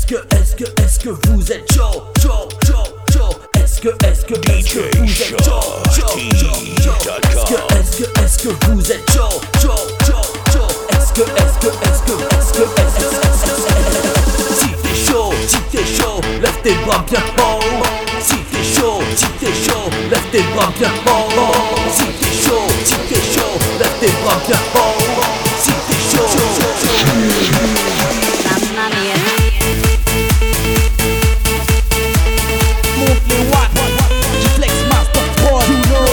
est-ce que vous êtes chaud? Est-ce que vous êtes chaud? Est-ce que vous êtes chaud? Si t'es chaud, lève tes bras bien haut. Si t'es chaud, lève tes bras bien haut. Si t'es chaud, lève tes bras bien haut. Si t'es chaud. Mamma mia. Monte les watts, G-Flex Master Pro, you know.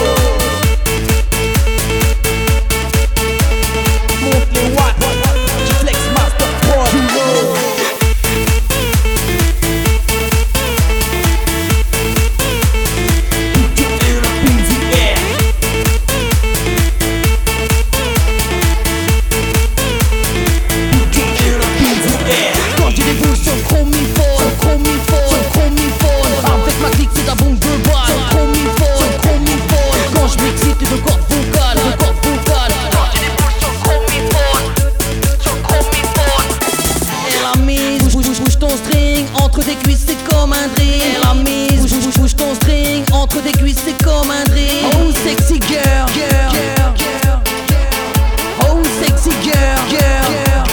Monte les watts, G-Flex Master Pro, you know. Entre tes cuisses c'est comme un drill. La mise, bouge ton string. Entre tes cuisses c'est comme un drill. Oh sexy girl, oh sexy girl.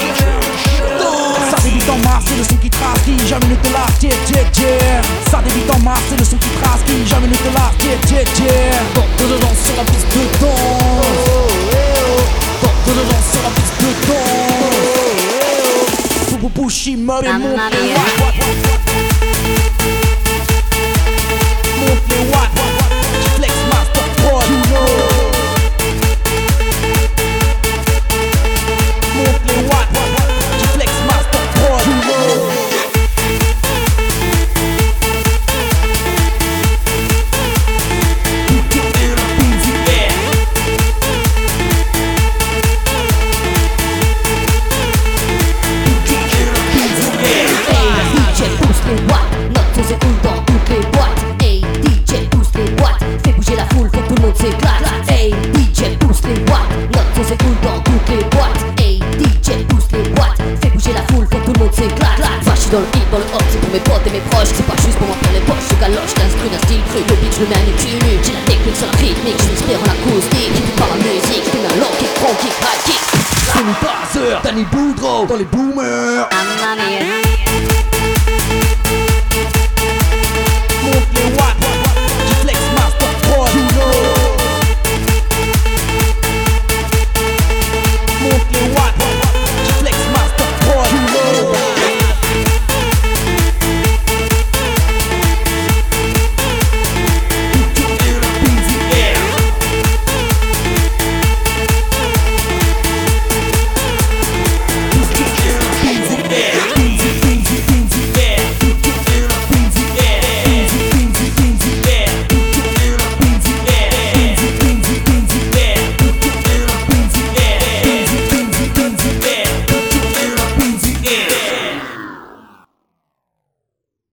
Ça débute en mars, c'est le son qui trace, qui jamais ne te lâche, Ça débute en mars, c'est le son qui trace, qui jamais ne te lâche, Porte de danse sur la piste de danse. Porte de danse sur la piste de danse. Push him up et monte les watts. Monte les watts, G-Flex Master Pro, you know. Monte les watts, G-Flex Master Pro, you know. Hey DJ pousse les watts, notre son s'écoule dans toutes les boîtes. Hey DJ pousse les watts, fais bouger la foule, faut que tout le monde s'éclate. Va, je suis dans le hit, dans le hop, c'est pour mes potes et mes proches. C'est pas juste pour m'en faire les poches, je galoche, l'instru d'un style cru. Le beat je le mets à nu cul nu, j'ai la technique sur la rythmique. Je m'inspire en acoustique, j'écoute pas la musique. Je fais un long kick, front kick, high kick. C'est nous Bowser, Danny Boudreau dans les boomers. Mamma mia.